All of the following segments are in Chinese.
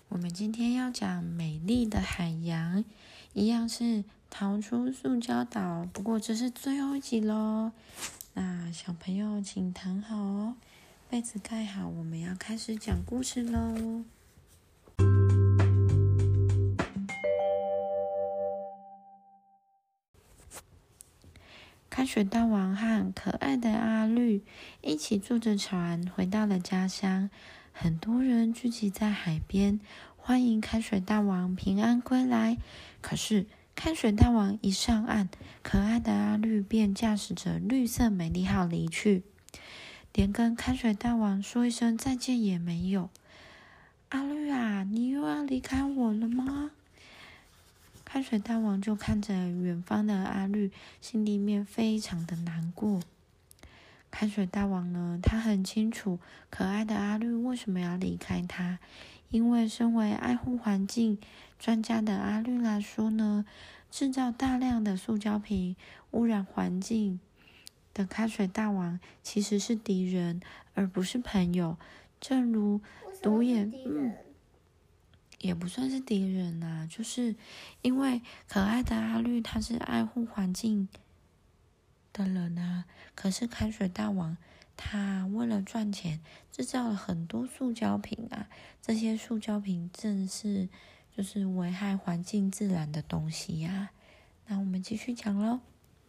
我们今天要讲美丽的海洋，一样是逃出塑胶岛，不过这是最后一集咯。那小朋友请躺好哦，被子盖好，我们要开始讲故事咯。开水大王和可爱的阿绿一起坐着船回到了家乡，很多人聚集在海边，欢迎开水大王平安归来。可是开水大王一上岸，可爱的阿绿便驾驶着绿色美丽号离去，连跟开水大王说一声再见也没有。阿绿啊，你又要离开我了吗？开水大王就看着远方的阿绿，心里面非常的难过。开水大王呢，他很清楚可爱的阿绿为什么要离开他，因为身为爱护环境专家的阿绿来说呢，制造大量的塑胶瓶污染环境的开水大王其实是敌人，而不是朋友。正如独眼也不算是敌人啊，就是因为可爱的阿绿他是爱护环境的人啊，可是开水大王他为了赚钱制造了很多塑胶瓶啊，这些塑胶瓶正是就是危害环境自然的东西啊。那我们继续讲咯。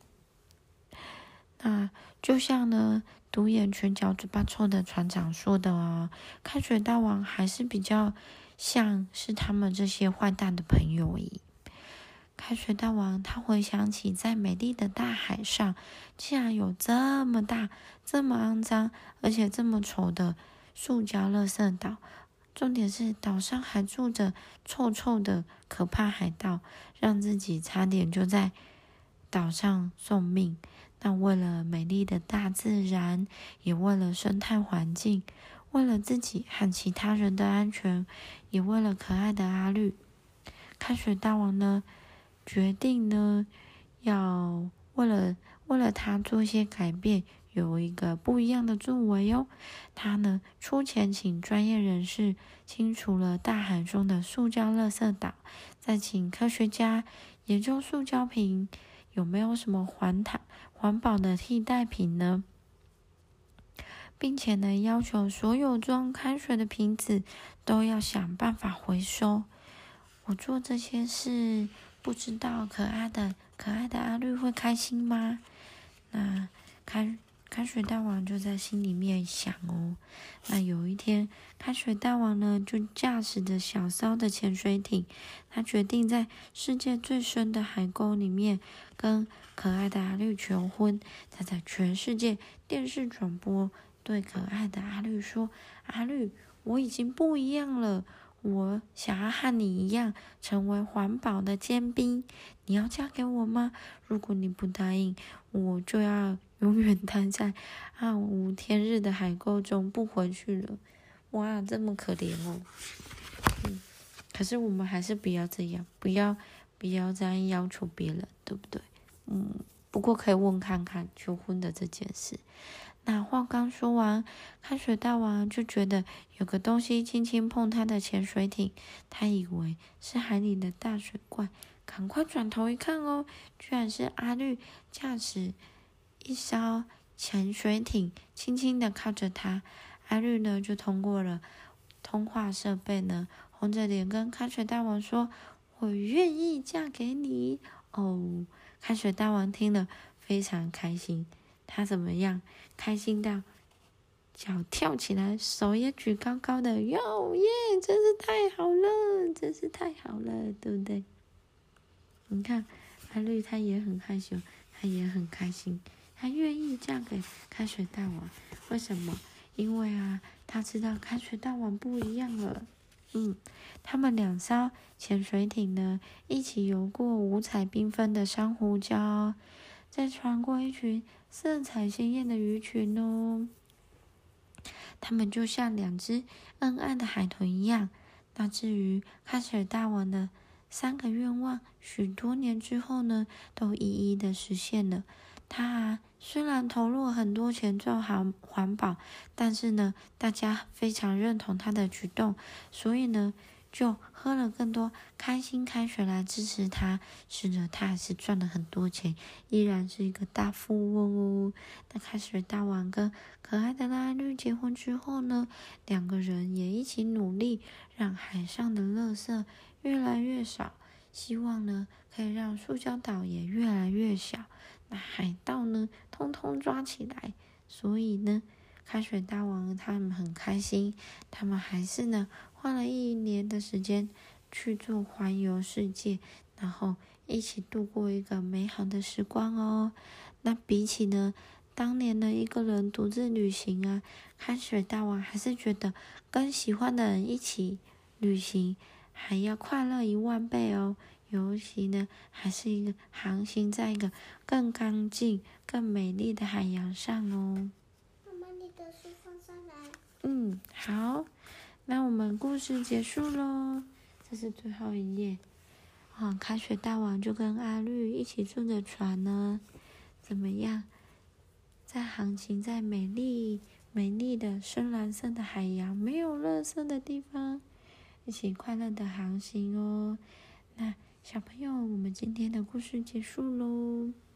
那就像呢独眼拳脚嘴巴臭的船长说的啊，开水大王还是比较像是他们这些坏蛋的朋友而已。开水大王他回想起在美丽的大海上，竟然有这么大、这么肮脏，而且这么丑的塑胶垃圾岛。重点是岛上还住着臭臭的可怕海盗，让自己差点就在岛上送命。那为了美丽的大自然，也为了生态环境，为了自己和其他人的安全，也为了可爱的阿绿，开水大王呢决定呢要为了他做一些改变，有一个不一样的作为哦。他呢出钱请专业人士清除了大海中的塑胶垃圾岛，再请科学家研究塑胶瓶有没有什么环保的替代品呢？并且呢，要求所有装开水的瓶子都要想办法回收。我做这些事，不知道可爱的阿绿会开心吗？那开水大王就在心里面想哦。那有一天，开水大王呢就驾驶着小骚的潜水艇，他决定在世界最深的海沟里面跟可爱的阿绿求婚。他在全世界电视转播对可爱的阿绿说：“阿绿，我已经不一样了。我想要和你一样成为环保的尖兵，你要嫁给我吗？如果你不答应，我就要永远待在暗无天日的海沟中不回去了。”哇，这么可怜哦。可是我们还是不要这样，不要这样要求别人，对不对？不过可以问看看求婚的这件事。那话刚说完，开水大王就觉得有个东西轻轻碰他的潜水艇，他以为是海里的大水怪，赶快转头一看哦，居然是阿绿驾驶一艘潜水艇，轻轻的靠着他。阿绿呢就通过了通话设备呢，红着脸跟开水大王说：“我愿意嫁给你哦。”开水大王听了非常开心。他怎么样？开心到脚跳起来，手也举高高的，哟耶！真是太好了，真是太好了，对不对？你看，阿绿他也很害羞，他也很开心，他愿意嫁给开水大王。为什么？因为啊，他知道开水大王不一样了。他们两艘潜水艇呢，一起游过五彩缤纷的珊瑚礁，再穿过一群色彩鲜艳的鱼群哦。他们就像两只恩爱的海豚一样。那至于开水大王的3个愿望，许多年之后呢，都一一的实现了。他虽然投入了很多钱做环保，但是呢，大家非常认同他的举动，所以呢， 就喝了更多，开心开水来支持他。是的，他还是赚了很多钱，依然是一个大富翁哦。那开水大王跟可爱的阿绿结婚之后呢，两个人也一起努力，让海上的垃圾越来越少，希望呢可以让塑胶岛也越来越小。那海盗呢，通通抓起来。所以呢，开水大王他们很开心，他们还是呢花了1年的时间去做环游世界，然后一起度过一个美好的时光哦。那比起呢当年的一个人独自旅行啊，开水大王还是觉得跟喜欢的人一起旅行还要快乐10000倍哦。尤其呢，还是一个航行在一个更干净、更美丽的海洋上哦。 妈妈，你的书放上来。 好，那我们故事结束咯，这是最后一页。开水大王就跟阿绿一起坐着船呢，怎么样？在航行在美丽的深蓝色的海洋，没有垃圾的地方，一起快乐的航行哦。那小朋友，我们今天的故事结束咯。